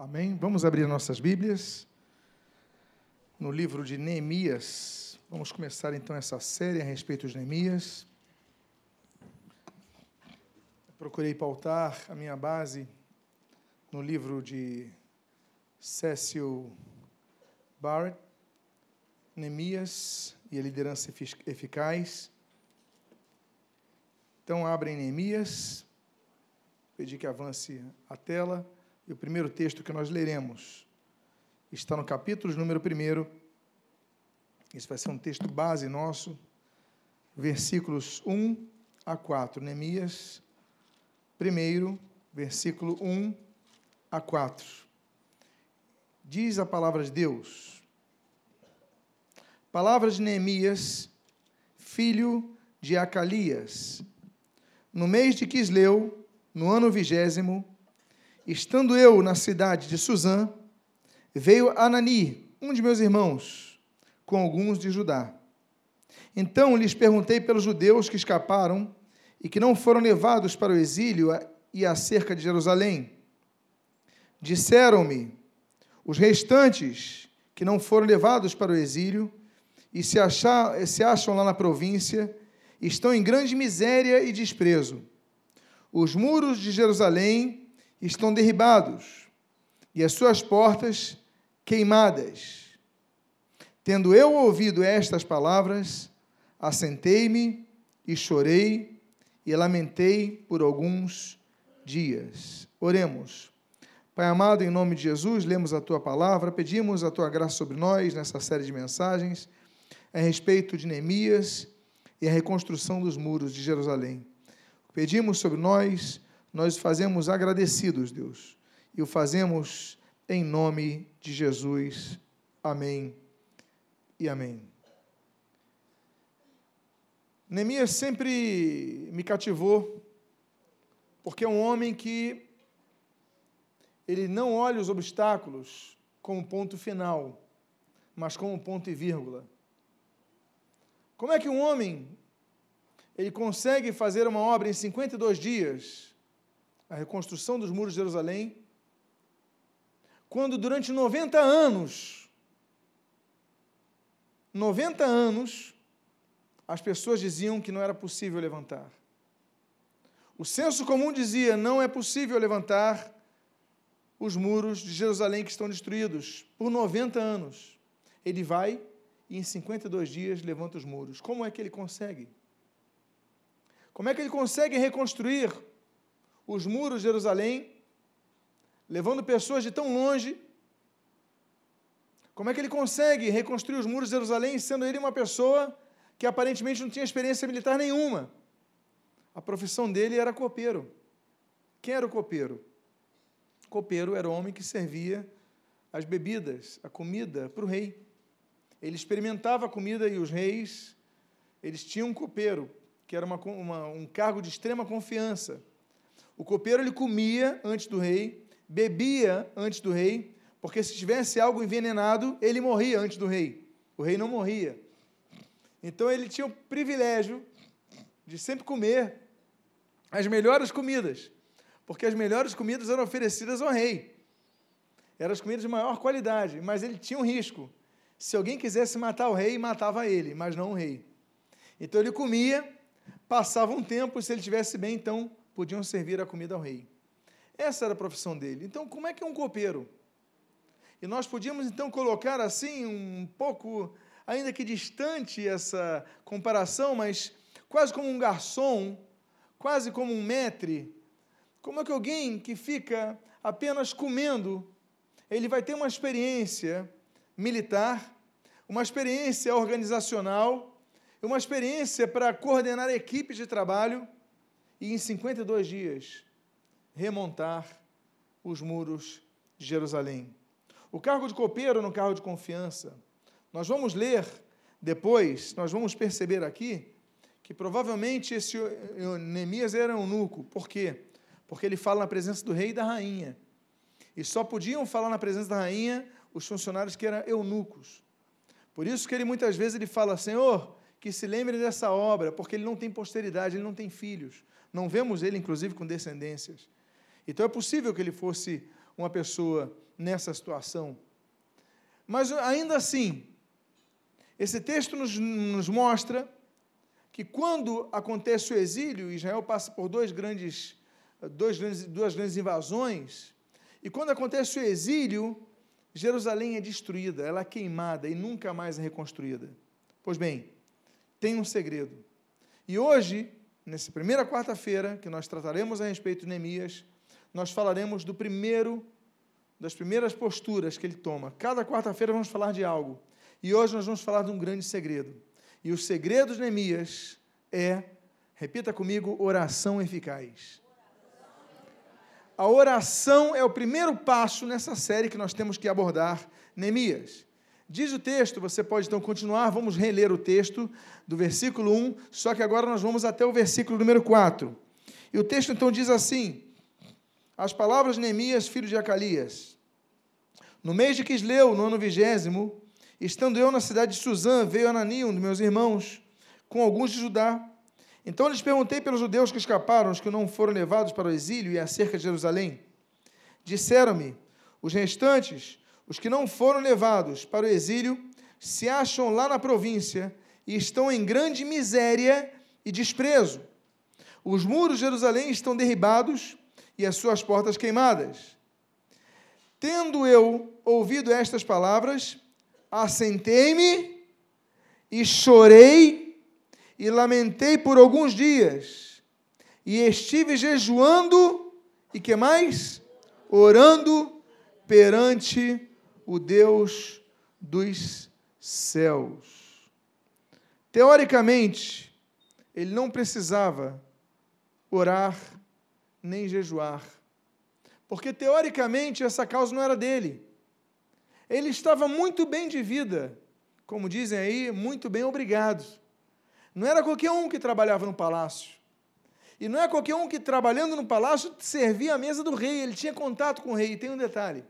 Amém? Vamos abrir nossas Bíblias no livro de Neemias. Vamos começar então essa série a respeito de Neemias. Procurei pautar a minha base no livro de Cecil Barrett, Neemias e a liderança eficaz. Então, abrem Neemias, pedi que avance a tela, e o primeiro texto que nós leremos está no capítulo número 1, esse vai ser um texto base nosso, versículos 1 a 4, Neemias 1, versículo 1 a 4. Diz a palavra de Deus: Palavras de Neemias, filho de Acalias. No mês de Quisleu, no ano 20º, estando eu na cidade de Suzã, veio Anani, um de meus irmãos, com alguns de Judá. Então lhes perguntei pelos judeus que escaparam e que não foram levados para o exílio e acerca de Jerusalém. Disseram-me: os restantes que não foram levados para o exílio e se acham lá na província, estão em grande miséria e desprezo. Os muros de Jerusalém estão derribados e as suas portas queimadas. Tendo eu ouvido estas palavras, assentei-me e chorei e lamentei por alguns dias. Oremos. Pai amado, em nome de Jesus, lemos a Tua palavra, pedimos a Tua graça sobre nós nessa série de mensagens a respeito de Neemias e a reconstrução dos muros de Jerusalém. Pedimos sobre nós o fazemos agradecidos, Deus, e o fazemos em nome de Jesus. Amém e amém. Neemias sempre me cativou, porque é um homem que ele não olha os obstáculos como ponto final, mas como ponto e vírgula. Como é que um homem ele consegue fazer uma obra em 52 dias, a reconstrução dos muros de Jerusalém, quando durante 90 anos, as pessoas diziam que não era possível levantar. O senso comum dizia: não é possível levantar os muros de Jerusalém que estão destruídos por 90 anos. Ele vai e em 52 dias levanta os muros. Como é que ele consegue? Como é que ele consegue reconstruir os muros de Jerusalém, levando pessoas de tão longe? Como é que ele consegue reconstruir os muros de Jerusalém, sendo ele uma pessoa que aparentemente não tinha experiência militar nenhuma? A profissão dele era copeiro. Quem era o copeiro? O copeiro era o homem que servia as bebidas, a comida para o rei. Ele experimentava a comida e os reis, eles tinham um copeiro, que era um cargo de extrema confiança. O copeiro ele comia antes do rei, bebia antes do rei, porque se tivesse algo envenenado, ele morria antes do rei. O rei não morria. Então ele tinha o privilégio de sempre comer as melhores comidas, porque as melhores comidas eram oferecidas ao rei. Eram as comidas de maior qualidade, mas ele tinha um risco. Se alguém quisesse matar o rei, matava ele, mas não o rei. Então ele comia, passava um tempo, se ele estivesse bem, então podiam servir a comida ao rei. Essa era a profissão dele. Então, como é que é um copeiro? E nós podíamos, então, colocar assim, um pouco, ainda que distante essa comparação, mas quase como um garçom, quase como um maître. Como é que alguém que fica apenas comendo, ele vai ter uma experiência militar, uma experiência organizacional, uma experiência para coordenar equipes de trabalho e, em 52 dias, remontar os muros de Jerusalém. O cargo de copeiro era um cargo de confiança. Nós vamos ler depois, nós vamos perceber aqui, que provavelmente esse Neemias era eunuco. Por quê? Porque ele fala na presença do rei e da rainha. E só podiam falar na presença da rainha os funcionários que eram eunucos. Por isso que ele muitas vezes ele fala: Senhor, que se lembre dessa obra, porque ele não tem posteridade, ele não tem filhos. Não vemos ele, inclusive, com descendências. Então é possível que ele fosse uma pessoa nessa situação. Mas, ainda assim, esse texto nos mostra que quando acontece o exílio, Israel passa por duas grandes invasões, e quando acontece o exílio, Jerusalém é destruída, ela é queimada e nunca mais é reconstruída. Pois bem, tem um segredo. E hoje, nessa primeira quarta-feira, que nós trataremos a respeito de Neemias, nós falaremos das primeiras posturas que ele toma. Cada quarta-feira vamos falar de algo. E hoje nós vamos falar de um grande segredo. E o segredo de Neemias é, repita comigo, oração eficaz. A oração é o primeiro passo nessa série que nós temos que abordar, Neemias. Diz o texto, você pode então continuar, vamos reler o texto do versículo 1, só que agora nós vamos até o versículo número 4. E o texto então diz assim: as palavras de Neemias, filho de Acalias. No mês de Quisleu, no ano 20º, estando eu na cidade de Suzã, veio Anani, um dos meus irmãos, com alguns de Judá. Então lhes perguntei pelos judeus que escaparam, os que não foram levados para o exílio e acerca de Jerusalém. Disseram-me, os restantes, os que não foram levados para o exílio, se acham lá na província e estão em grande miséria e desprezo. Os muros de Jerusalém estão derribados e as suas portas queimadas. Tendo eu ouvido estas palavras, assentei-me e chorei e lamentei por alguns dias, e estive jejuando, e que mais? Orando perante o Deus dos céus. Teoricamente, ele não precisava orar nem jejuar, porque teoricamente essa causa não era dele. Ele estava muito bem de vida, como dizem aí, muito bem obrigado. Não era qualquer um que trabalhava no palácio. E não é qualquer um que, trabalhando no palácio, servia a mesa do rei. Ele tinha contato com o rei. E tem um detalhe.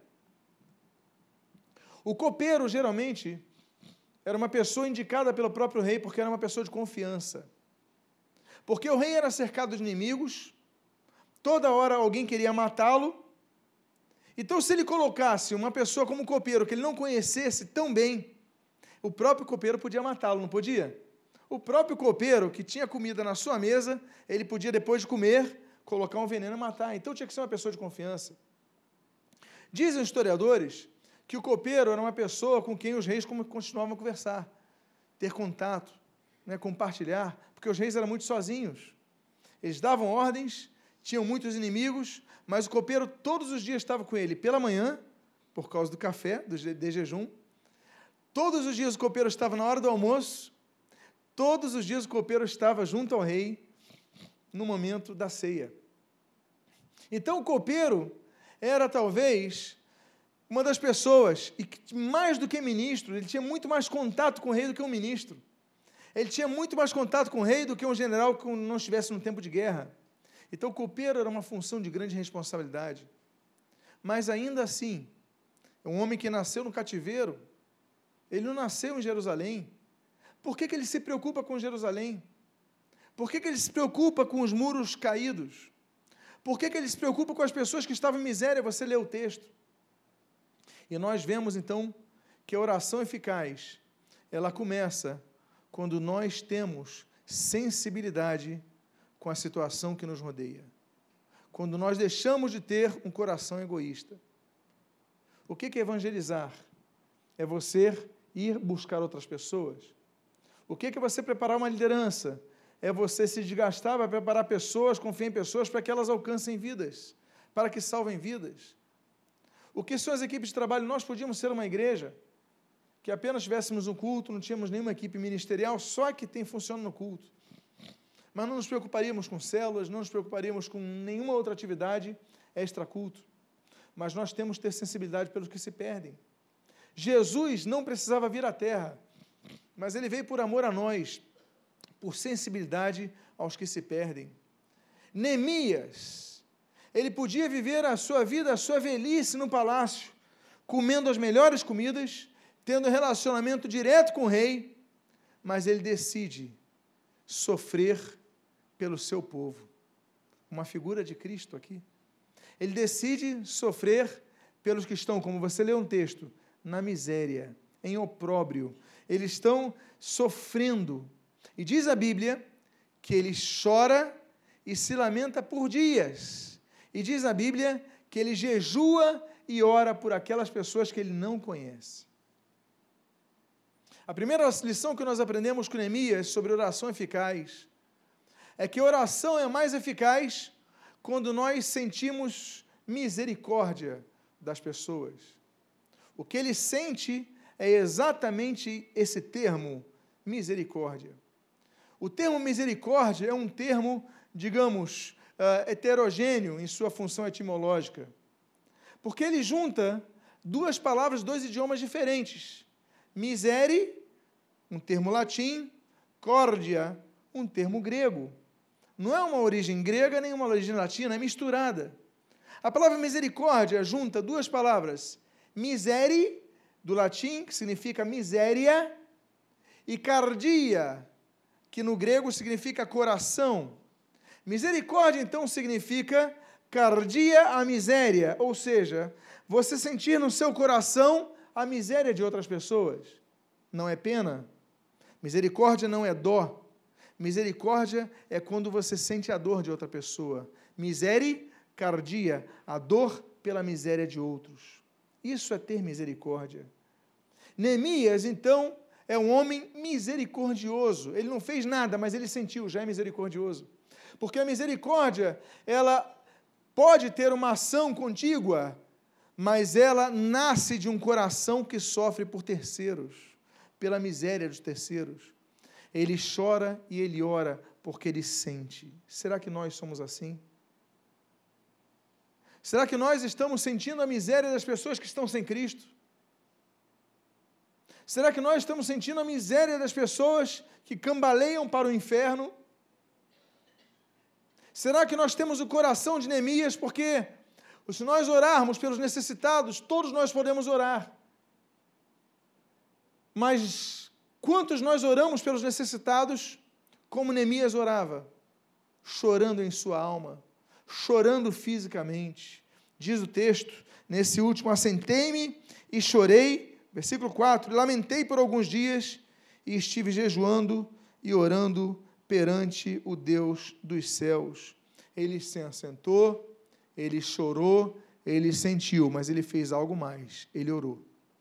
O copeiro, geralmente, era uma pessoa indicada pelo próprio rei, porque era uma pessoa de confiança. Porque o rei era cercado de inimigos, toda hora alguém queria matá-lo. Então, se ele colocasse uma pessoa como copeiro, que ele não conhecesse tão bem, o próprio copeiro podia matá-lo, não podia? O próprio copeiro, que tinha comida na sua mesa, ele podia, depois de comer, colocar um veneno e matar. Então, tinha que ser uma pessoa de confiança. Dizem os historiadores que o copeiro era uma pessoa com quem os reis continuavam a conversar, ter contato, compartilhar, porque os reis eram muito sozinhos. Eles davam ordens, tinham muitos inimigos, mas o copeiro todos os dias estava com ele pela manhã, por causa do café, de jejum. Todos os dias o copeiro estava na hora do almoço. Todos os dias o copeiro estava junto ao rei no momento da ceia. Então o copeiro era talvez uma das pessoas, e mais do que ministro, ele tinha muito mais contato com o rei do que um ministro. Ele tinha muito mais contato com o rei do que um general que não estivesse no tempo de guerra. Então o copeiro era uma função de grande responsabilidade. Mas ainda assim, um homem que nasceu no cativeiro, ele não nasceu em Jerusalém. Por que ele se preocupa com Jerusalém? Por que ele se preocupa com os muros caídos? Por que ele se preocupa com as pessoas que estavam em miséria? Você lê o texto. E nós vemos, então, que a oração eficaz, ela começa quando nós temos sensibilidade com a situação que nos rodeia. Quando nós deixamos de ter um coração egoísta. O que é evangelizar? É você ir buscar outras pessoas. O que é você preparar uma liderança? É você se desgastar para preparar pessoas, confiar em pessoas para que elas alcancem vidas, para que salvem vidas. O que são as equipes de trabalho? Nós podíamos ser uma igreja que apenas tivéssemos um culto, não tínhamos nenhuma equipe ministerial, só que funciona no culto. Mas não nos preocuparíamos com células, não nos preocuparíamos com nenhuma outra atividade extra-culto. Mas nós temos que ter sensibilidade pelos que se perdem. Jesus não precisava vir à terra, mas ele veio por amor a nós, por sensibilidade aos que se perdem. Neemias, ele podia viver a sua vida, a sua velhice no palácio, comendo as melhores comidas, tendo relacionamento direto com o rei, mas ele decide sofrer pelo seu povo. Uma figura de Cristo aqui. Ele decide sofrer pelos que estão, como você leu um texto, na miséria, em opróbrio. Eles estão sofrendo. E diz a Bíblia que ele chora e se lamenta por dias. E diz a Bíblia que ele jejua e ora por aquelas pessoas que ele não conhece. A primeira lição que nós aprendemos com Neemias sobre oração eficaz é que a oração é mais eficaz quando nós sentimos misericórdia das pessoas. O que ele sente é exatamente esse termo, misericórdia. O termo misericórdia é um termo, digamos, heterogêneo em sua função etimológica, porque ele junta duas palavras, dois idiomas diferentes. Misere, um termo latim, cordia, um termo grego. Não é uma origem grega nem uma origem latina, é misturada. A palavra misericórdia junta duas palavras, misere, do latim, que significa miséria, e cardia, que no grego significa coração. Misericórdia, então, significa cardia a miséria, ou seja, você sentir no seu coração a miséria de outras pessoas. Não é pena. Misericórdia não é dó. Misericórdia é quando você sente a dor de outra pessoa. Misericardia, a dor pela miséria de outros. Isso é ter misericórdia. Neemias, então, é um homem misericordioso. Ele não fez nada, mas ele sentiu, já é misericordioso. Porque a misericórdia, ela pode ter uma ação contígua, mas ela nasce de um coração que sofre por terceiros, pela miséria dos terceiros. Ele chora e ele ora porque ele sente. Será que nós somos assim? Será que nós estamos sentindo a miséria das pessoas que estão sem Cristo? Será que nós estamos sentindo a miséria das pessoas que cambaleiam para o inferno? Será que nós temos o coração de Neemias? Porque se nós orarmos pelos necessitados, todos nós podemos orar. Mas quantos nós oramos pelos necessitados como Neemias orava? Chorando em sua alma, chorando fisicamente. Diz o texto, nesse último, assentei-me e chorei, versículo 4, lamentei por alguns dias e estive jejuando e orando perante o Deus dos céus. Ele se assentou, ele chorou, ele sentiu, mas ele fez algo mais, ele orou.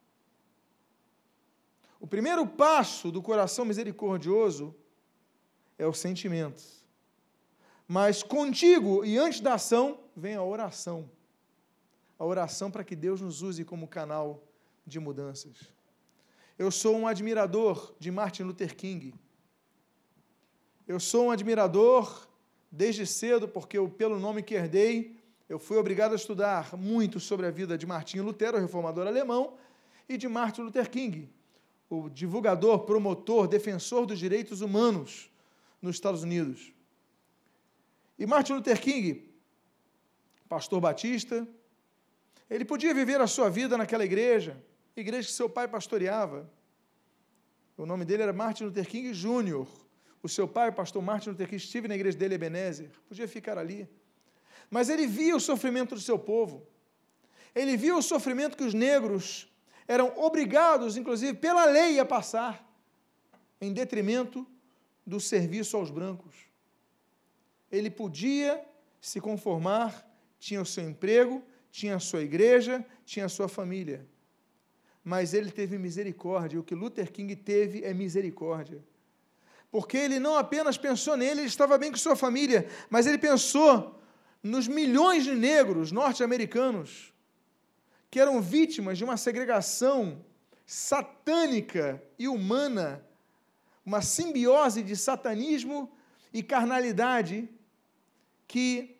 O primeiro passo do coração misericordioso é o sentimento. Mas contigo e antes da ação, vem a oração. A oração para que Deus nos use como canal de mudanças. Eu sou um admirador de Martin Luther King. Eu sou um admirador desde cedo, porque pelo nome que herdei, eu fui obrigado a estudar muito sobre a vida de Martinho Lutero, o reformador alemão, e de Martin Luther King, o divulgador, promotor, defensor dos direitos humanos nos Estados Unidos. E Martin Luther King, pastor batista, ele podia viver a sua vida naquela igreja que seu pai pastoreava. O nome dele era Martin Luther King Jr., o seu pai, o pastor Martin Luther King, estive na igreja dele, Ebenezer, podia ficar ali. Mas ele via o sofrimento do seu povo. Ele via o sofrimento que os negros eram obrigados, inclusive, pela lei a passar, em detrimento do serviço aos brancos. Ele podia se conformar, tinha o seu emprego, tinha a sua igreja, tinha a sua família. Mas ele teve misericórdia, e o que Luther King teve é misericórdia. Porque ele não apenas pensou nele, ele estava bem com sua família, mas ele pensou nos milhões de negros norte-americanos que eram vítimas de uma segregação satânica e humana, uma simbiose de satanismo e carnalidade que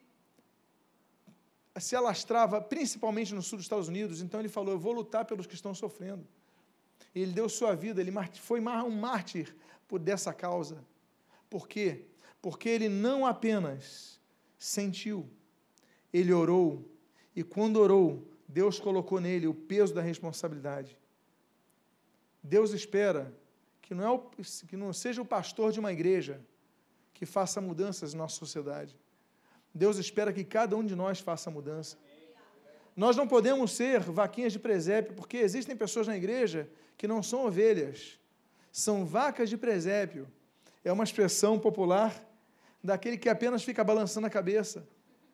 se alastrava principalmente no sul dos Estados Unidos. Então ele falou, eu vou lutar pelos que estão sofrendo. E ele deu sua vida, ele foi um mártir por dessa causa. Por quê? Porque ele não apenas sentiu, ele orou, e quando orou, Deus colocou nele o peso da responsabilidade. Deus espera que não seja o pastor de uma igreja que faça mudanças na nossa sociedade. Deus espera que cada um de nós faça mudança. Nós não podemos ser vaquinhas de presépio, porque existem pessoas na igreja que não são ovelhas, são vacas de presépio. É uma expressão popular daquele que apenas fica balançando a cabeça.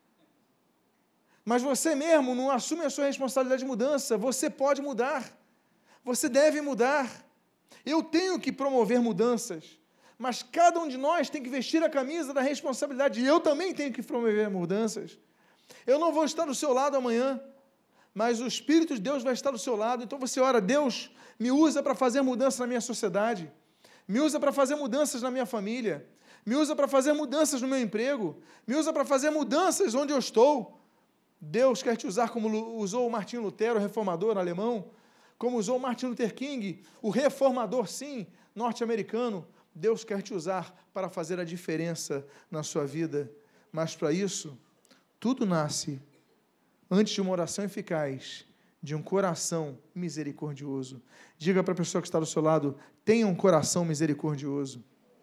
Mas você mesmo não assume a sua responsabilidade de mudança. Você pode mudar. Você deve mudar. Eu tenho que promover mudanças. Mas cada um de nós tem que vestir a camisa da responsabilidade. E eu também tenho que promover mudanças. Eu não vou estar do seu lado amanhã, mas o Espírito de Deus vai estar do seu lado. Então você ora, Deus, me usa para fazer mudanças na minha sociedade. Me usa para fazer mudanças na minha família. Me usa para fazer mudanças no meu emprego. Me usa para fazer mudanças onde eu estou. Deus quer te usar como usou o Martinho Lutero, o reformador alemão, como usou Martin Luther King, o reformador, sim, norte-americano. Deus quer te usar para fazer a diferença na sua vida. Mas para isso, tudo nasce, antes de uma oração eficaz, de um coração misericordioso. Diga para a pessoa que está do seu lado, tenha um coração misericordioso.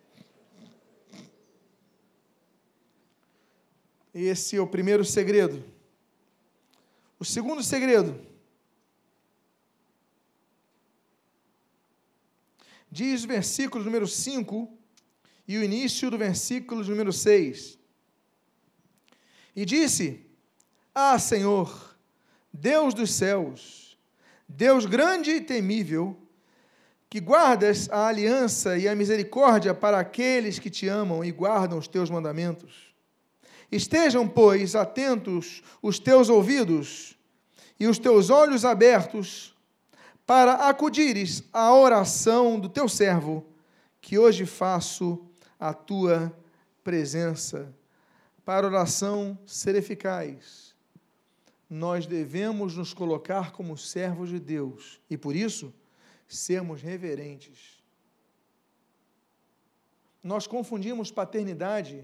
Esse é o primeiro segredo. O segundo segredo, diz o versículo número 5 e o início do versículo número 6. E disse, Senhor, Deus dos céus, Deus grande e temível, que guardas a aliança e a misericórdia para aqueles que te amam e guardam os teus mandamentos. Estejam, pois, atentos os teus ouvidos e os teus olhos abertos para acudires à oração do teu servo, que hoje faço à tua presença. Para a oração ser eficaz, nós devemos nos colocar como servos de Deus e, por isso, sermos reverentes. Nós confundimos paternidade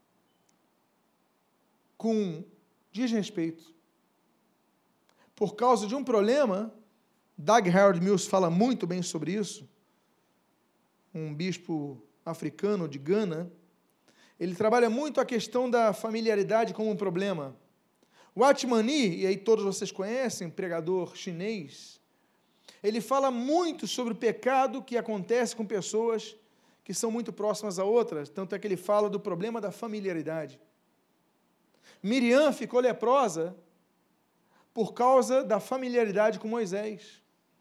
com desrespeito. Por causa de um problema, Doug Harold Mills fala muito bem sobre isso, um bispo africano de Gana. Ele trabalha muito a questão da familiaridade como um problema. Watmani, e aí todos vocês conhecem, pregador chinês, ele fala muito sobre o pecado que acontece com pessoas que são muito próximas a outras, tanto é que ele fala do problema da familiaridade. Miriam ficou leprosa por causa da familiaridade com Moisés.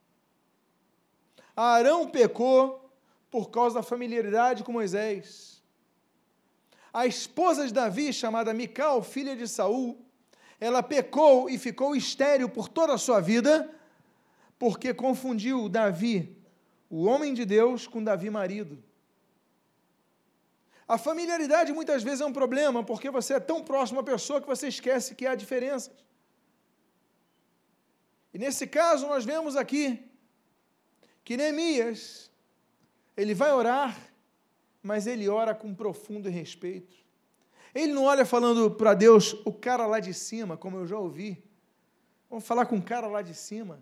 Arão pecou por causa da familiaridade com Moisés. A esposa de Davi, chamada Mical, filha de Saul, ela pecou e ficou estéril por toda a sua vida, porque confundiu Davi, o homem de Deus, com Davi, marido. A familiaridade muitas vezes é um problema, porque você é tão próximo à pessoa que você esquece que há diferenças. E nesse caso nós vemos aqui que Neemias, ele vai orar, mas ele ora com profundo respeito. Ele não olha falando para Deus, o cara lá de cima, como eu já ouvi. Vamos falar com o cara lá de cima.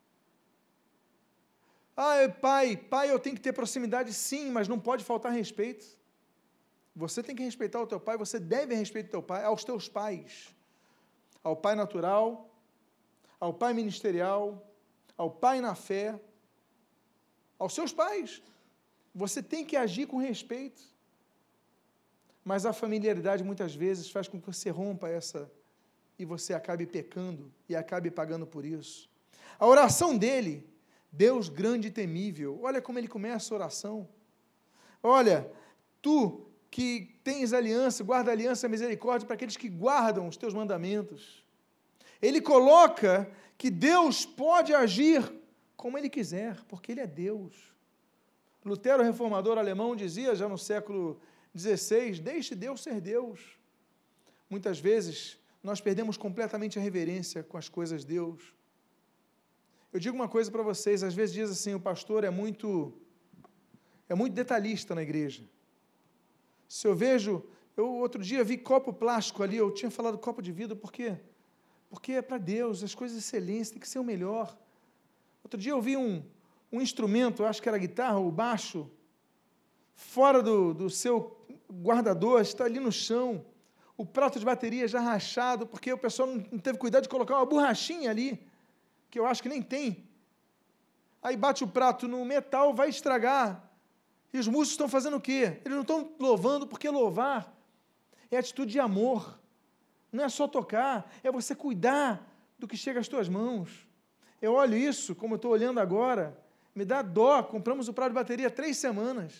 Pai, eu tenho que ter proximidade, sim, mas não pode faltar respeito. Você tem que respeitar o teu pai, você deve respeitar o teu pai, aos teus pais. Ao pai natural, ao pai ministerial, ao pai na fé, aos seus pais. Você tem que agir com respeito. Mas a familiaridade muitas vezes faz com que você rompa essa e você acabe pecando e acabe pagando por isso. A oração dele, Deus grande e temível, olha como ele começa a oração. Olha, tu que tens aliança, guarda a aliança e a misericórdia para aqueles que guardam os teus mandamentos. Ele coloca que Deus pode agir como Ele quiser, porque Ele é Deus. Lutero, reformador alemão, dizia, já no século XVI, deixe Deus ser Deus. Muitas vezes, nós perdemos completamente a reverência com as coisas de Deus. Eu digo uma coisa para vocês, às vezes diz assim, o pastor é muito detalhista na igreja. Se eu vejo, outro dia vi copo plástico ali, eu tinha falado copo de vidro, por quê? Porque é para Deus, as coisas excelentes, tem que ser o melhor. Outro dia eu vi um instrumento, acho que era guitarra ou baixo, fora do seu guardador, está ali no chão. o prato de bateria já rachado, porque o pessoal não teve cuidado de colocar uma borrachinha ali, que eu acho que nem tem. Aí bate o prato no metal, vai estragar. E os músicos estão fazendo o quê? Eles não estão louvando, porque louvar é atitude de amor. Não é só tocar, é você cuidar do que chega às tuas mãos. Eu olho isso, como eu estou olhando agora, me dá dó. Compramos o prato de bateria há 3 semanas.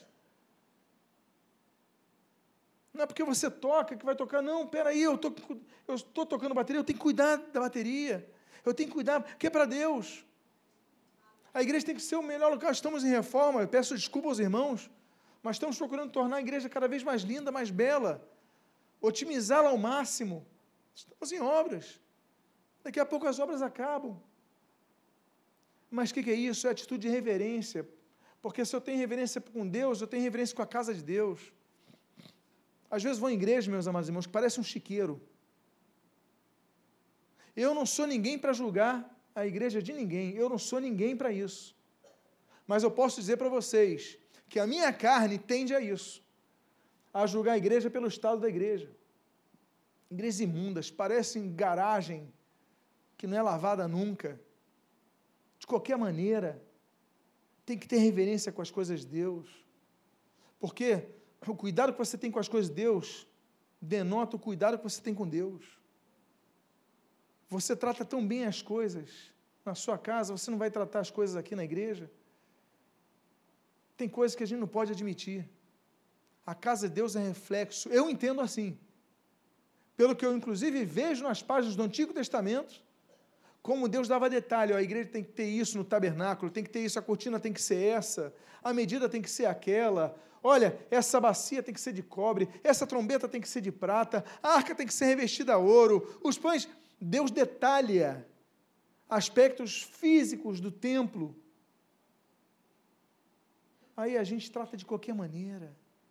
Não é porque você toca que vai tocar, não, peraí, eu estou tocando bateria, eu tenho que cuidar da bateria, eu tenho que cuidar, porque é para Deus. A igreja tem que ser o melhor lugar, estamos em reforma, eu peço desculpa aos irmãos, mas estamos procurando tornar a igreja cada vez mais linda, mais bela, otimizá-la ao máximo. Estamos em obras, daqui a pouco as obras acabam. Mas o que é isso? É atitude de reverência, porque se eu tenho reverência com Deus, eu tenho reverência com a casa de Deus. Às vezes vou em igreja, meus amados irmãos, que parece um chiqueiro. Eu não sou ninguém para julgar a igreja de ninguém, eu não sou ninguém para isso. Mas eu posso dizer para vocês que a minha carne tende a isso, a julgar a igreja pelo estado da igreja. Igrejas imundas, parecem garagem que não é lavada nunca. De qualquer maneira, tem que ter reverência com as coisas de Deus, porque o cuidado que você tem com as coisas de Deus denota o cuidado que você tem com Deus. Você trata tão bem as coisas na sua casa, você não vai tratar as coisas aqui na igreja? Tem coisas que a gente não pode admitir. A casa de Deus é reflexo, eu entendo assim, pelo que eu inclusive vejo nas páginas do Antigo Testamento, como Deus dava detalhe, a igreja tem que ter isso no tabernáculo, tem que ter isso, a cortina tem que ser essa, a medida tem que ser aquela, olha, essa bacia tem que ser de cobre, essa trombeta tem que ser de prata, a arca tem que ser revestida a ouro, os pães, Deus detalha aspectos físicos do templo. Aí a gente trata de qualquer maneira.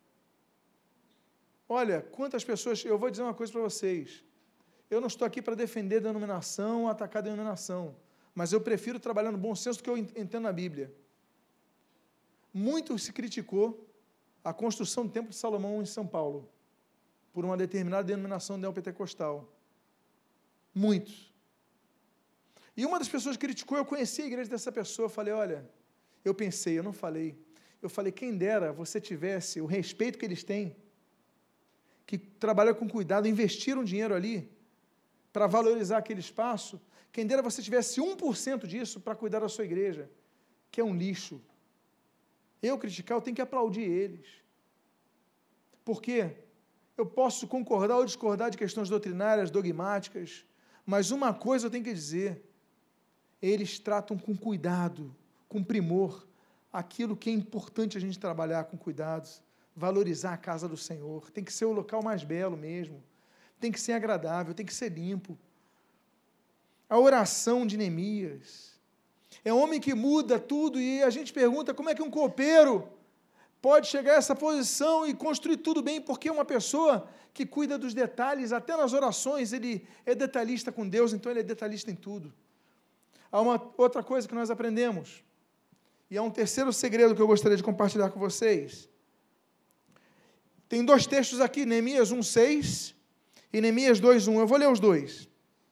Olha, quantas pessoas, eu vou dizer uma coisa para vocês, eu não estou aqui para defender denominação, atacar denominação, mas eu prefiro trabalhar no bom senso do que eu entendo na Bíblia. Muito se criticou a construção do Templo de Salomão em São Paulo, por uma determinada denominação neopentecostal. Muitos. E uma das pessoas que criticou, eu conheci a igreja dessa pessoa, eu falei, olha, eu pensei, eu não falei, eu falei, quem dera você tivesse o respeito que eles têm, que trabalham com cuidado, investiram dinheiro ali, para valorizar aquele espaço, quem dera você tivesse 1% disso para cuidar da sua igreja, que é um lixo. Eu criticar, eu tenho que aplaudir eles. Por quê? Eu posso concordar ou discordar de questões doutrinárias, dogmáticas, mas uma coisa eu tenho que dizer, eles tratam com cuidado, com primor, aquilo que é importante a gente trabalhar com cuidados, valorizar a casa do Senhor, tem que ser o local mais belo mesmo, tem que ser agradável, tem que ser limpo. A oração de Neemias, é um homem que muda tudo, e a gente pergunta como é que um copeiro pode chegar a essa posição e construir tudo bem, porque uma pessoa que cuida dos detalhes, até nas orações, ele é detalhista com Deus, então ele é detalhista em tudo. Há uma outra coisa que nós aprendemos, e há um terceiro segredo que eu gostaria de compartilhar com vocês. Tem 2 textos aqui, Neemias 1:6 e Neemias 2:1. Eu vou ler os 2.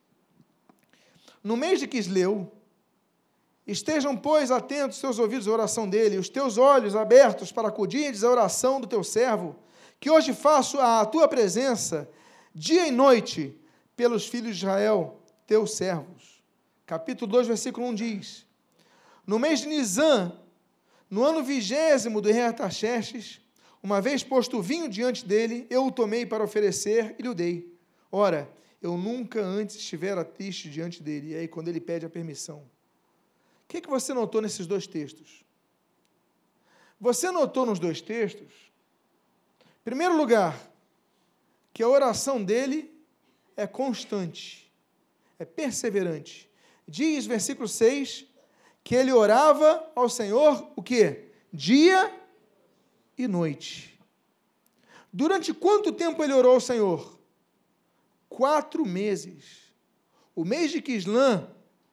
No mês de Quisleu, estejam, pois, atentos os teus ouvidos à oração dele, os teus olhos abertos para acudirdes à oração do teu servo, que hoje faço à tua presença, dia e noite, pelos filhos de Israel, teus servos. Capítulo 2, versículo 1 diz, no mês de Nisan, no ano 20º do rei Artaxerxes, uma vez posto o vinho diante dele, eu o tomei para oferecer e lhe o dei. Ora, eu nunca antes estivera triste diante dele. E aí, quando ele pede a permissão. O que você notou nesses 2 textos? Você notou nos 2 textos, em primeiro lugar, que a oração dele é constante, é perseverante. Diz, versículo 6, que ele orava ao Senhor, o quê? Dia e noite. Durante quanto tempo ele orou ao Senhor? 4 meses. O mês de Quisleu,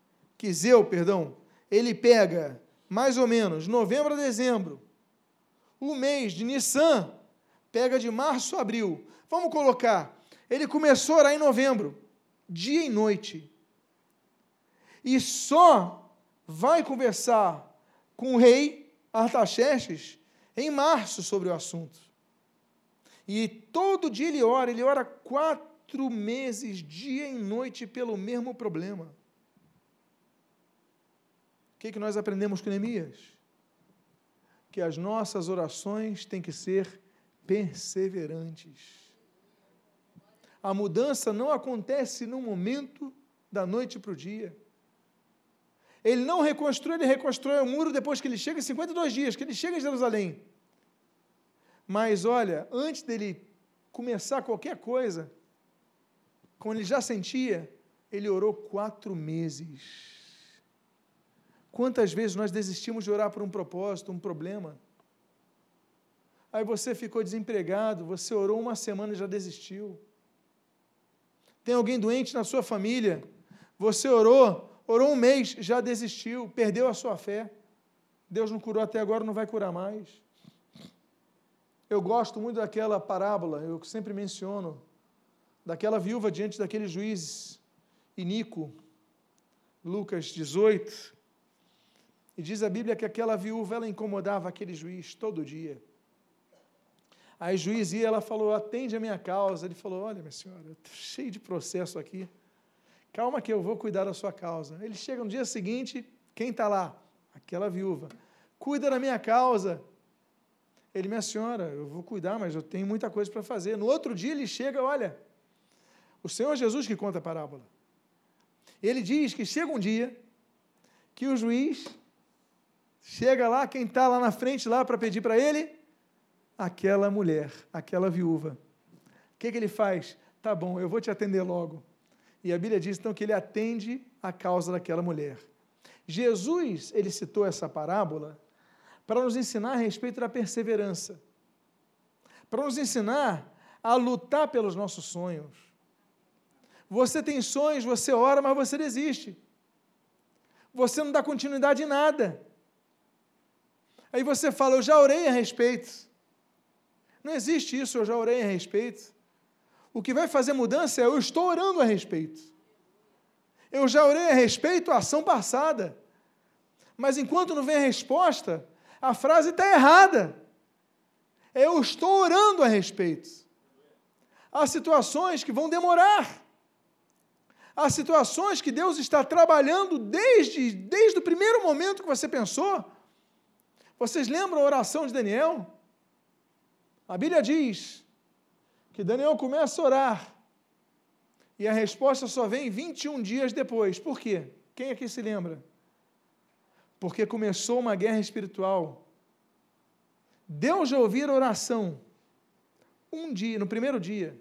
ele pega mais ou menos novembro a dezembro. O mês de Nissan pega de março a abril. Vamos colocar, Ele começou a orar em novembro, dia e noite. E só vai conversar com o rei Artaxerxes em março sobre o assunto. E todo dia ele ora 4 meses, dia e noite, pelo mesmo problema. O que nós aprendemos com Neemias? Que as nossas orações têm que ser perseverantes. A mudança não acontece no momento da noite para o dia. Ele não reconstrói, ele reconstrói o muro depois que ele chega, em 52 dias, que ele chega em Jerusalém. Mas olha, antes dele começar qualquer coisa, quando ele já sentia, ele orou 4 meses. Quantas vezes nós desistimos de orar por um propósito, um problema? Aí você ficou desempregado, você orou 1 semana e já desistiu. Tem alguém doente na sua família, você orou 1 mês, já desistiu, perdeu a sua fé. Deus não curou até agora, não vai curar mais. Eu gosto muito daquela parábola, eu sempre menciono, daquela viúva diante daqueles juízes, Inico, Lucas 18, e diz a Bíblia que aquela viúva, ela incomodava aquele juiz todo dia. Aí o juiz ia, ela falou, atende a minha causa. Ele falou, olha, minha senhora, eu estou cheio de processo aqui, calma que eu vou cuidar da sua causa. Ele chega no dia seguinte, quem está lá? Aquela viúva. Cuida da minha causa. Ele, minha senhora, eu vou cuidar, mas eu tenho muita coisa para fazer. No outro dia ele chega, olha, o Senhor Jesus que conta a parábola. Ele diz que chega um dia que o juiz chega lá, quem está lá na frente lá para pedir para ele? Aquela mulher, aquela viúva. O que ele faz? Tá bom, eu vou te atender logo. E a Bíblia diz, então, que ele atende a causa daquela mulher. Jesus, ele citou essa parábola para nos ensinar a respeito da perseverança, para nos ensinar a lutar pelos nossos sonhos. Você tem sonhos, você ora, mas você desiste. Você não dá continuidade em nada. Aí você fala, eu já orei a respeito. Não existe isso, eu já orei a respeito. O que vai fazer mudança é eu estou orando a respeito. Eu já orei a respeito a ação passada. Mas enquanto não vem a resposta, a frase está errada. Eu estou orando a respeito. Há situações que vão demorar. Há situações que Deus está trabalhando desde o primeiro momento que você pensou. Vocês lembram a oração de Daniel? A Bíblia diz que Daniel começa a orar e a resposta só vem 21 dias depois. Por quê? Quem aqui se lembra? Porque começou uma guerra espiritual. Deus já ouviu a oração um dia, no primeiro dia.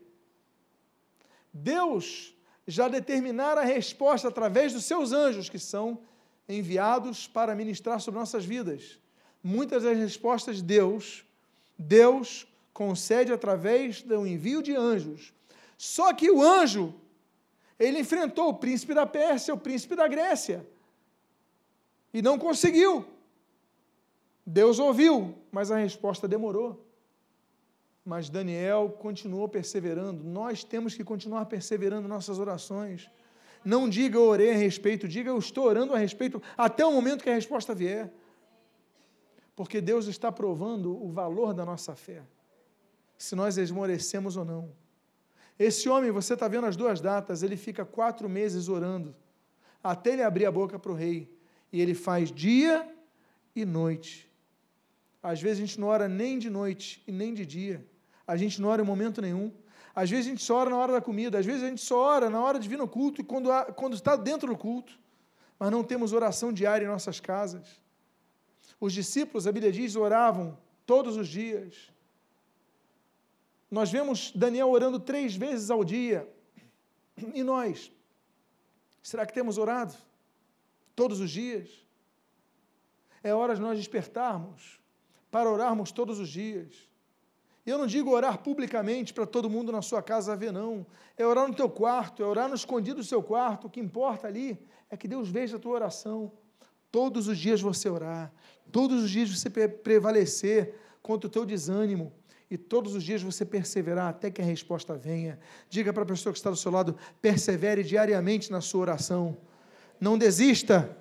Deus já determinara a resposta através dos seus anjos, que são enviados para ministrar sobre nossas vidas. Muitas das respostas Deus concede através do envio de anjos. Só que o anjo, ele enfrentou o príncipe da Pérsia, o príncipe da Grécia, e não conseguiu. Deus ouviu, mas a resposta demorou. Mas Daniel continuou perseverando. Nós temos que continuar perseverando nossas orações. Não diga eu orei a respeito, diga eu estou orando a respeito até o momento que a resposta vier. Porque Deus está provando o valor da nossa fé, se nós esmorecemos ou não. Esse homem, você está vendo as 2 datas, ele fica 4 meses orando, até ele abrir a boca para o rei, e ele faz dia e noite. Às vezes a gente não ora nem de noite e nem de dia, a gente não ora em momento nenhum, às vezes a gente só ora na hora da comida, às vezes a gente só ora na hora de vir no culto, e quando está dentro do culto, mas não temos oração diária em nossas casas. Os discípulos, a Bíblia diz, oravam todos os dias. Nós vemos Daniel orando 3 vezes ao dia. E nós? Será que temos orado todos os dias? É hora de nós despertarmos para orarmos todos os dias. E eu não digo orar publicamente para todo mundo na sua casa ver, não. É orar no teu quarto, é orar no escondido do seu quarto. O que importa ali é que Deus veja a tua oração. Todos os dias você orar, todos os dias você prevalecer contra o teu desânimo. e todos os dias você perseverar até que a resposta venha. Diga para a pessoa que está do seu lado, persevere diariamente na sua oração. Não desista.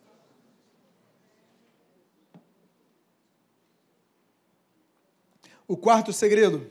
O quarto segredo.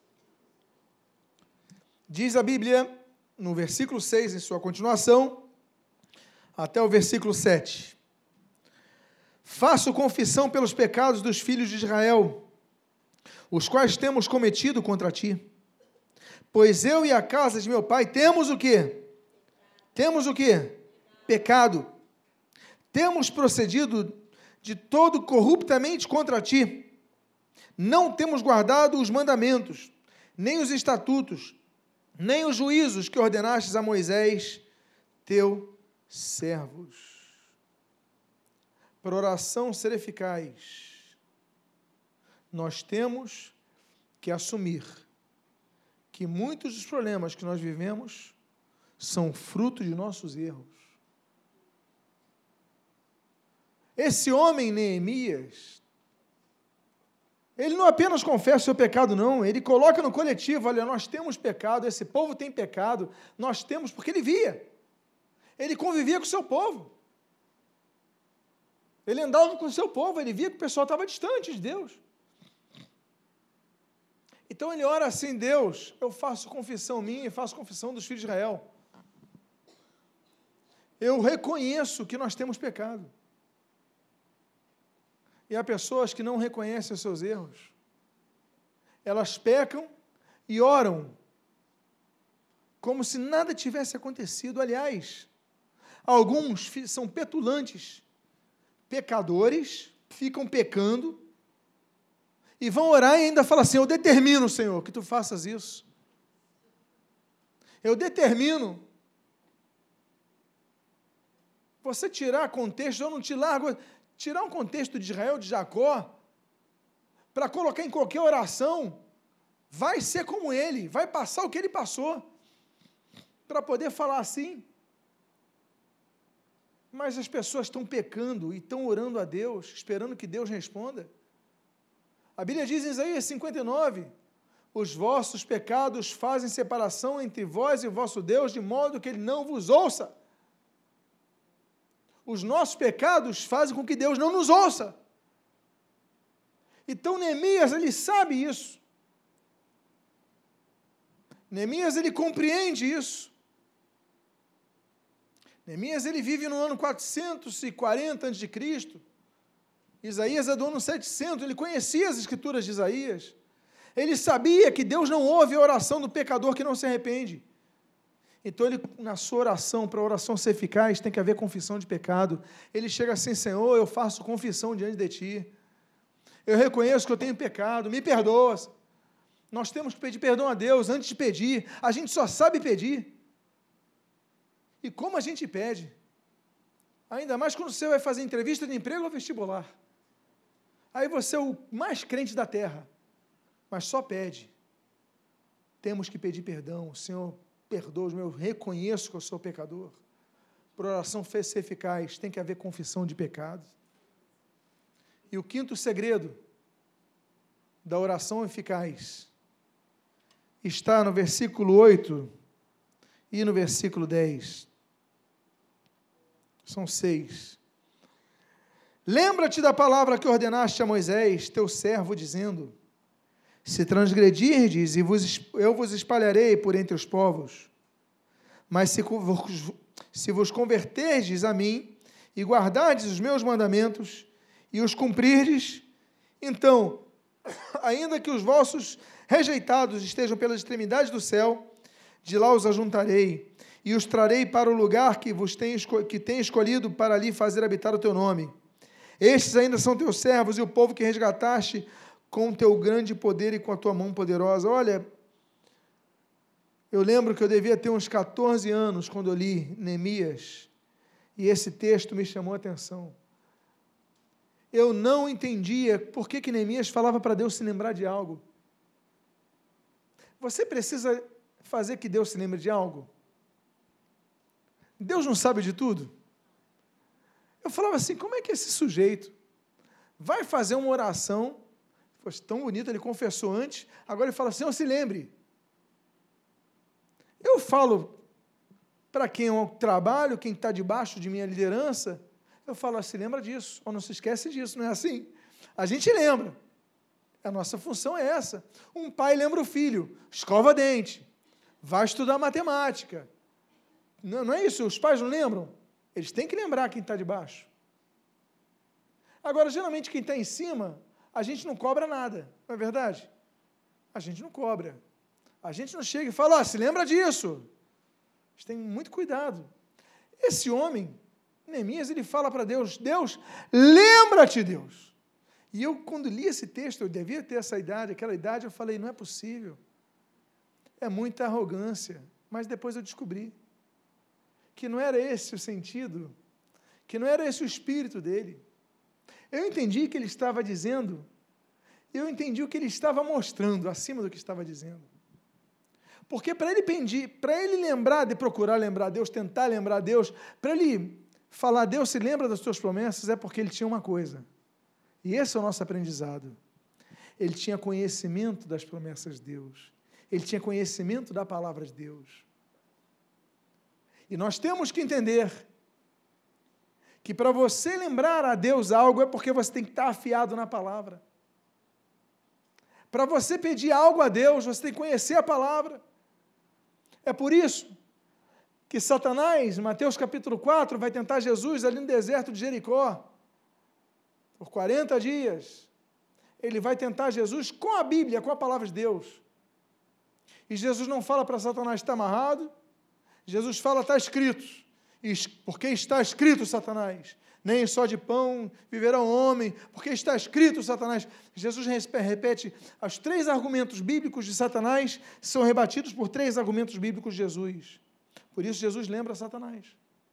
Diz a Bíblia, no versículo 6, em sua continuação, até o versículo 7. Faço confissão pelos pecados dos filhos de Israel, os quais temos cometido contra ti. Pois eu e a casa de meu pai temos o quê? Temos o quê? Pecado. Temos procedido de todo corruptamente contra ti. Não temos guardado os mandamentos, nem os estatutos, nem os juízos que ordenastes a Moisés, teu servo. Para a oração ser eficaz, nós temos que assumir que muitos dos problemas que nós vivemos são fruto de nossos erros. Esse homem, Neemias, ele não apenas confessa o seu pecado, não, ele coloca no coletivo, olha, nós temos pecado, esse povo tem pecado, nós temos, porque ele via, ele convivia com o seu povo, ele andava com o seu povo, ele via que o pessoal estava distante de Deus. Então ele ora assim, Deus, eu faço confissão minha e faço confissão dos filhos de Israel. Eu reconheço que nós temos pecado. E há pessoas que não reconhecem os seus erros. Elas pecam e oram como se nada tivesse acontecido. Aliás, alguns são petulantes, pecadores, ficam pecando, e vão orar e ainda falam assim, eu determino, Senhor, que tu faças isso. Eu determino. Você tirar contexto, eu não te largo, tirar um contexto de Israel, de Jacó, para colocar em qualquer oração, vai ser como ele, vai passar o que ele passou, para poder falar assim. Mas as pessoas estão pecando e estão orando a Deus, esperando que Deus responda. A Bíblia diz em Isaías 59, os vossos pecados fazem separação entre vós e o vosso Deus, de modo que ele não vos ouça. Os nossos pecados fazem com que Deus não nos ouça. Então Neemias, ele sabe isso. Neemias, ele compreende isso. Neemias, ele vive no ano 440 a.C., Isaías é do ano 700, ele conhecia as escrituras de Isaías, ele sabia que Deus não ouve a oração do pecador que não se arrepende. Então, ele, na sua oração, para a oração ser eficaz, tem que haver confissão de pecado. Ele chega assim, Senhor, eu faço confissão diante de Ti, eu reconheço que eu tenho pecado, me perdoa. Nós temos que pedir perdão a Deus antes de pedir, a gente só sabe pedir. E como a gente pede? Ainda mais quando você vai fazer entrevista de emprego ou vestibular. Aí você é o mais crente da terra, mas só pede. Temos que pedir perdão. Senhor, perdoa-me, eu reconheço que eu sou pecador. Para a oração ser eficaz, tem que haver confissão de pecado. E o quinto segredo da oração eficaz está no versículo 8 e no versículo 10. São 6. Lembra-te da palavra que ordenaste a Moisés, teu servo, dizendo, se transgredirdes, eu vos espalharei por entre os povos, mas se vos converterdes a mim, e guardardes os meus mandamentos, e os cumprirdes, então, ainda que os vossos rejeitados estejam pelas extremidades do céu, de lá os ajuntarei, e os trarei para o lugar que tem escolhido para ali fazer habitar o teu nome. Estes ainda são teus servos e o povo que resgataste com o teu grande poder e com a tua mão poderosa. Olha, eu lembro que eu devia ter uns 14 anos quando eu li Neemias, e esse texto me chamou a atenção. Eu não entendia por que Neemias falava para Deus se lembrar de algo. Você precisa fazer que Deus se lembre de algo? Deus não sabe de tudo? Eu falava assim, como é que esse sujeito vai fazer uma oração Foi tão bonito, ele confessou antes, agora ele fala, Senhor, se lembre. Eu falo para quem eu trabalho, quem está debaixo de minha liderança, eu falo, se lembra disso, ou não se esquece disso, não é assim? A gente lembra. A nossa função é essa. Um pai lembra o filho, escova dente, vai estudar matemática. Não é isso? Os pais não lembram? Eles têm que lembrar quem está debaixo. Agora, geralmente, quem está em cima, a gente não cobra nada, não é verdade? A gente não cobra. A gente não chega e fala, se lembra disso. A gente tem muito cuidado. Esse homem, Neemias, ele fala para Deus, Deus, lembra-te, Deus. E eu, quando li esse texto, eu devia ter essa idade, aquela idade, eu falei, não é possível. É muita arrogância. Mas depois eu descobri que não era esse o sentido, que não era esse o espírito dele. Eu entendi que ele estava dizendo, eu entendi o que ele estava mostrando, acima do que estava dizendo. Porque para ele lembrar de procurar lembrar Deus, tentar lembrar Deus, para ele falar, Deus se lembra das tuas promessas, é porque ele tinha uma coisa. E esse é o nosso aprendizado. Ele tinha conhecimento das promessas de Deus. Ele tinha conhecimento da palavra de Deus. E nós temos que entender que para você lembrar a Deus algo é porque você tem que estar afiado na palavra. Para você pedir algo a Deus, você tem que conhecer a palavra. É por isso que Satanás, em Mateus capítulo 4, vai tentar Jesus ali no deserto de Jericó. Por 40 dias, ele vai tentar Jesus com a Bíblia, com a palavra de Deus. E Jesus não fala para Satanás, está amarrado. Jesus fala, está escrito. Porque está escrito, Satanás. Nem só de pão viverá o homem, porque está escrito, Satanás. Jesus repete, os 3 argumentos bíblicos de Satanás são rebatidos por 3 argumentos bíblicos de Jesus. Por isso, Jesus lembra Satanás.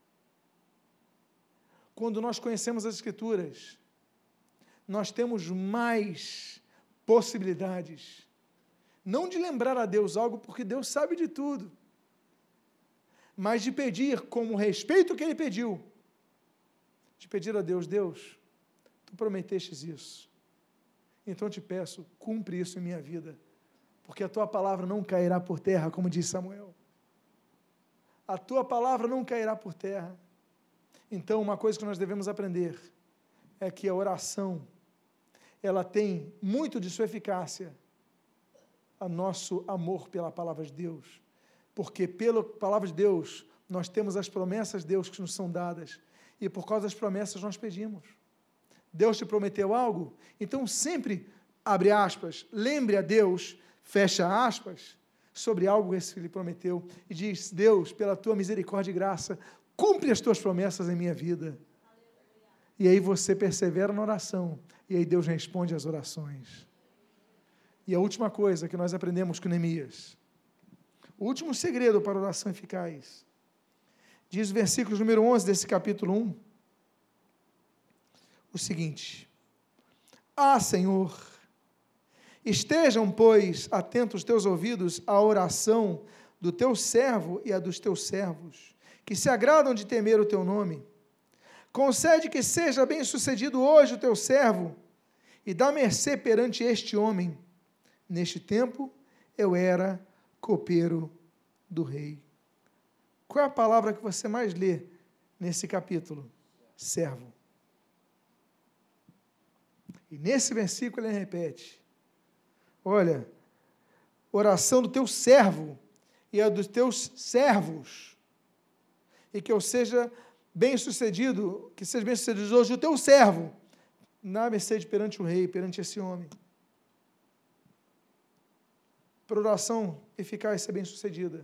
Quando nós conhecemos as Escrituras, nós temos mais possibilidades, não de lembrar a Deus algo, porque Deus sabe de tudo, mas de pedir, como respeito que Ele pediu, de pedir a Deus, Deus, Tu prometestes isso, então eu te peço, cumpre isso em minha vida, porque a Tua palavra não cairá por terra, como disse Samuel, a Tua palavra não cairá por terra. Então, uma coisa que nós devemos aprender é que a oração, ela tem muito de sua eficácia a nosso amor pela palavra de Deus, porque pela palavra de Deus nós temos as promessas de Deus que nos são dadas, e por causa das promessas nós pedimos. Deus te prometeu algo, então sempre, abre aspas, lembre a Deus, fecha aspas, sobre algo que Ele prometeu, e diz, Deus, pela Tua misericórdia e graça, cumpre as Tuas promessas em minha vida. E aí você persevera na oração, e aí Deus responde às orações. E a última coisa que nós aprendemos com Neemias, o último segredo para a oração eficaz, diz o versículo número 11 desse capítulo 1, o seguinte, Senhor, estejam, pois, atentos teus ouvidos à oração do teu servo e a dos teus servos, que se agradam de temer o teu nome. Concede que seja bem sucedido hoje o teu servo, e dá mercê perante este homem. Neste tempo, eu era copeiro do rei. Qual é a palavra que você mais lê nesse capítulo? Servo. E nesse versículo ele repete, olha, oração do teu servo e a dos teus servos, e que eu seja bem-sucedido, que seja bem-sucedido hoje o teu servo, na mercê perante o rei, perante esse homem. Para oração eficaz ser bem-sucedida,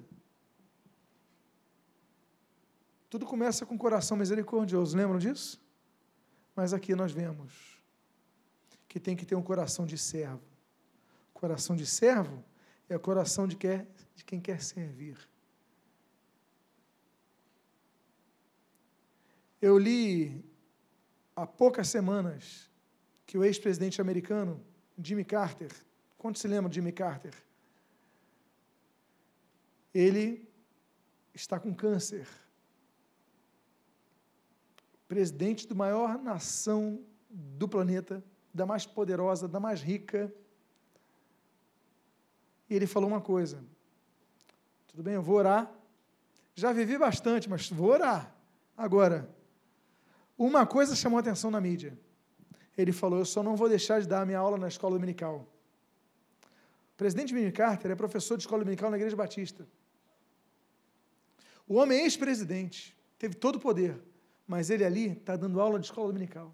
tudo começa com o coração misericordioso, lembram disso? Mas aqui nós vemos que tem que ter um coração de servo. Coração de servo é o coração de quem quer servir. Eu li há poucas semanas que o ex-presidente americano, Jimmy Carter, quantos se lembram de Jimmy Carter? Ele está com câncer. Presidente da maior nação do planeta, da mais poderosa, da mais rica. E ele falou uma coisa: tudo bem, eu vou orar, já vivi bastante, mas vou orar. Agora, uma coisa chamou a atenção na mídia. Ele falou: eu só não vou deixar de dar a minha aula na escola dominical. O presidente Jimmy Carter é professor de escola dominical na Igreja Batista. O homem é ex-presidente, teve todo o poder, mas ele ali está dando aula de escola dominical.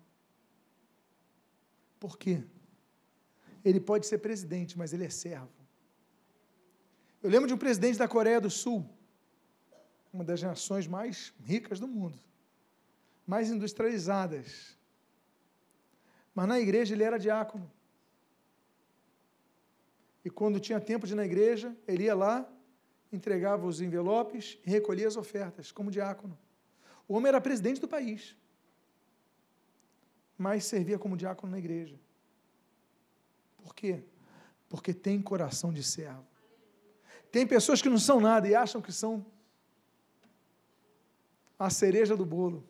Por quê? Ele pode ser presidente, mas ele é servo. Eu lembro de um presidente da Coreia do Sul, uma das nações mais ricas do mundo, mais industrializadas. Mas na igreja ele era diácono. E quando tinha tempo de ir na igreja, ele ia lá, entregava os envelopes e recolhia as ofertas, como diácono. O homem era presidente do país, mas servia como diácono na igreja. Por quê? Porque tem coração de servo. Tem pessoas que não são nada e acham que são a cereja do bolo.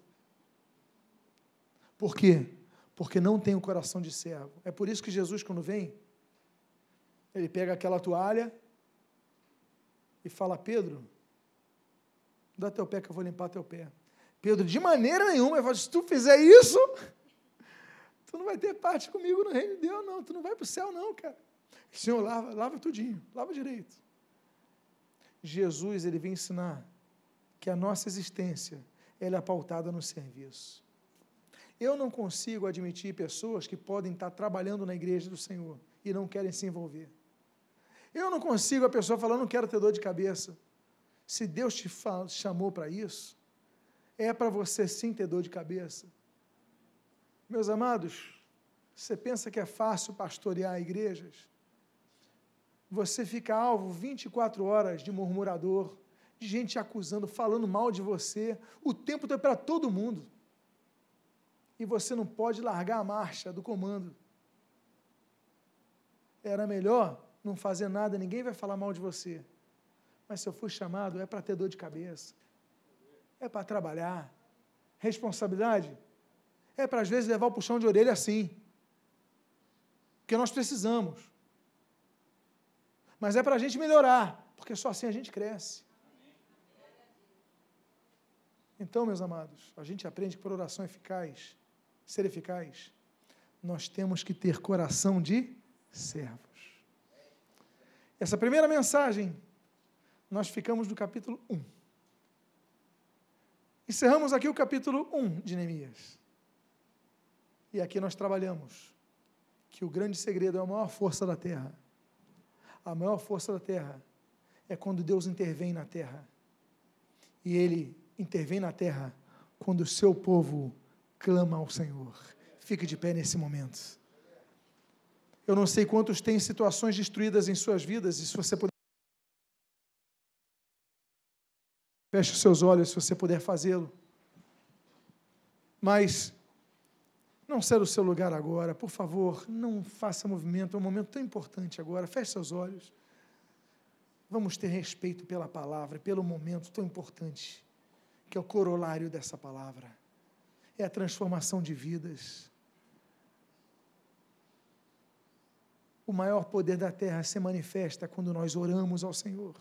Por quê? Porque não tem o coração de servo. É por isso que Jesus, quando vem, ele pega aquela toalha e fala: Pedro, dá teu pé que eu vou limpar teu pé. Pedro, de maneira nenhuma, ele fala: se tu fizer isso, tu não vai ter parte comigo no reino de Deus, não. Tu não vai para o céu, não, cara. O Senhor lava tudinho, lava direito. Jesus, ele vem ensinar que a nossa existência, ela é pautada no serviço. Eu não consigo admitir pessoas que podem estar trabalhando na igreja do Senhor e não querem se envolver. Eu não consigo a pessoa falar: não quero ter dor de cabeça. Se Deus te chamou para isso, é para você sim ter dor de cabeça. Meus amados, você pensa que é fácil pastorear igrejas? Você fica alvo 24 horas de murmurador, de gente te acusando, falando mal de você, o tempo todo é para todo mundo. E você não pode largar a marcha do comando. Era melhor não fazer nada, ninguém vai falar mal de você. Mas se eu fui chamado, é para ter dor de cabeça. É para trabalhar. Responsabilidade é para, às vezes, levar o puxão de orelha assim. Porque nós precisamos. Mas é para a gente melhorar, porque só assim a gente cresce. Então, meus amados, a gente aprende que por oração eficaz, ser eficaz, nós temos que ter coração de servos. Essa primeira mensagem, nós ficamos no capítulo 1. Encerramos aqui o capítulo 1 de Neemias. E aqui nós trabalhamos que o grande segredo é a maior força da terra. A maior força da terra é quando Deus intervém na terra. E Ele intervém na terra quando o seu povo clama ao Senhor. Fique de pé nesse momento. Eu não sei quantos têm situações destruídas em suas vidas, e se você puder, feche os seus olhos, se você puder fazê-lo. Mas não sai do seu lugar agora, por favor, não faça movimento, é um momento tão importante agora, feche seus olhos. Vamos ter respeito pela palavra, pelo momento tão importante, que é o corolário dessa palavra, é a transformação de vidas. O maior poder da terra se manifesta quando nós oramos ao Senhor.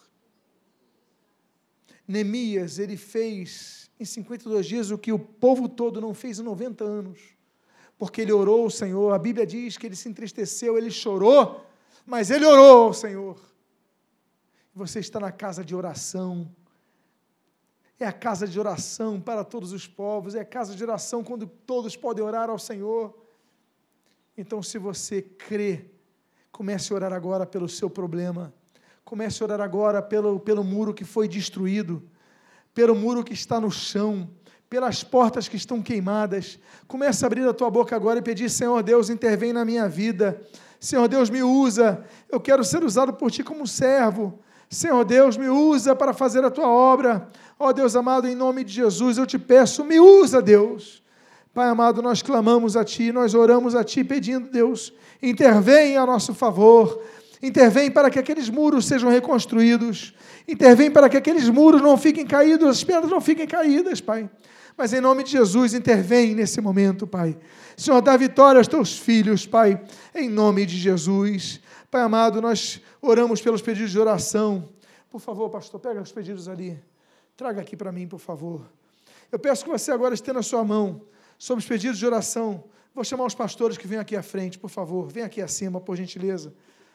Neemias, ele fez em 52 dias o que o povo todo não fez em 90 anos, porque ele orou ao Senhor. A Bíblia diz que ele se entristeceu, ele chorou, mas ele orou ao Senhor. Você está na casa de oração, é a casa de oração para todos os povos, é a casa de oração quando todos podem orar ao Senhor. Então, se você crê, comece a orar agora pelo seu problema, comece a orar agora pelo muro que foi destruído, pelo muro que está no chão, pelas portas que estão queimadas. Comece a abrir a tua boca agora e pedir: Senhor Deus, intervém na minha vida. Senhor Deus, me usa, eu quero ser usado por Ti como servo. Senhor Deus, me usa para fazer a Tua obra. Ó Deus amado, em nome de Jesus, eu Te peço, me usa, Deus. Pai amado, nós clamamos a Ti, nós oramos a Ti, pedindo, Deus, intervém a nosso favor, intervém para que aqueles muros sejam reconstruídos, intervém para que aqueles muros não fiquem caídos, as pedras não fiquem caídas, Pai. Mas em nome de Jesus, intervém nesse momento, Pai. Senhor, dá vitória aos teus filhos, Pai, em nome de Jesus. Pai amado, nós oramos pelos pedidos de oração. Por favor, pastor, pega os pedidos ali. Traga aqui para mim, por favor. Eu peço que você agora estenda a sua mão sobre os pedidos de oração. Vou chamar os pastores que vêm aqui à frente, por favor. Vem aqui acima, por gentileza.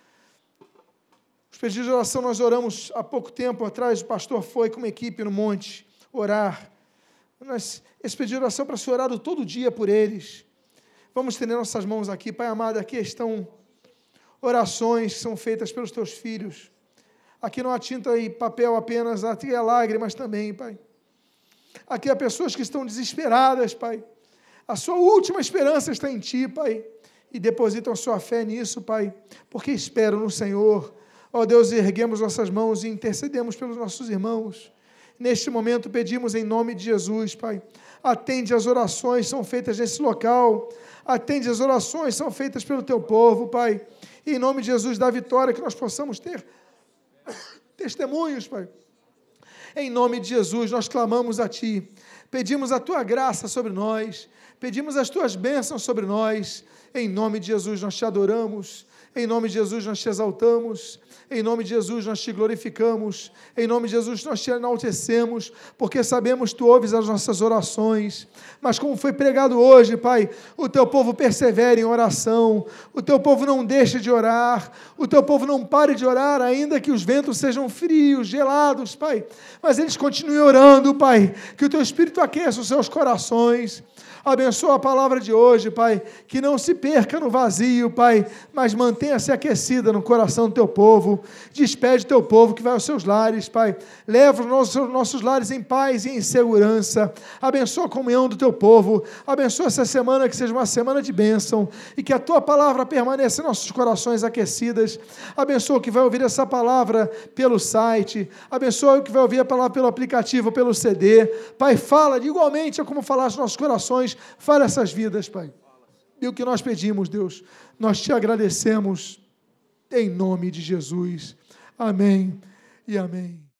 Os pedidos de oração nós oramos há pouco tempo atrás. O pastor foi com uma equipe no monte orar. Esse pedido de oração para ser orado todo dia por eles. Vamos estender nossas mãos aqui. Pai amado, aqui estão orações que são feitas pelos teus filhos. Aqui não há tinta e papel apenas, aqui há lágrimas também, Pai. Aqui há pessoas que estão desesperadas, Pai. A sua última esperança está em Ti, Pai. E depositam a sua fé nisso, Pai, porque esperam no Senhor. Ó Deus, erguemos nossas mãos e intercedemos pelos nossos irmãos. Neste momento pedimos em nome de Jesus, Pai. Atende as orações que são feitas nesse local. Atende as orações que são feitas pelo Teu povo, Pai. E em nome de Jesus, dá vitória que nós possamos ter testemunhos, Pai. Em nome de Jesus, nós clamamos a Ti. Pedimos a Tua graça sobre nós. Pedimos as Tuas bênçãos sobre nós. Em nome de Jesus, nós Te adoramos. Em nome de Jesus, nós Te exaltamos. Em nome de Jesus, nós Te glorificamos. Em nome de Jesus, nós Te enaltecemos, porque sabemos que Tu ouves as nossas orações. Mas como foi pregado hoje, Pai, o Teu povo persevera em oração. O Teu povo não deixe de orar. O Teu povo não pare de orar, ainda que os ventos sejam frios, gelados, Pai. Mas eles continuem orando, Pai. Que o Teu Espírito aqueça os seus corações. Abençoa a palavra de hoje, Pai, que não se perca no vazio, Pai, mas mantenha-se aquecida no coração do Teu povo. Despede o Teu povo que vai aos seus lares, Pai. Leva os nossos lares em paz e em segurança. Abençoa a comunhão do Teu povo. Abençoa essa semana, que seja uma semana de bênção e que a Tua palavra permaneça em nossos corações aquecidas. Abençoa o que vai ouvir essa palavra pelo site. Abençoa o que vai ouvir a palavra pelo aplicativo, pelo CD. Pai, fala igualmente a como falar aos nossos corações. Fala essas vidas, Pai. E o que nós pedimos, Deus, nós Te agradecemos em nome de Jesus. Amém e amém.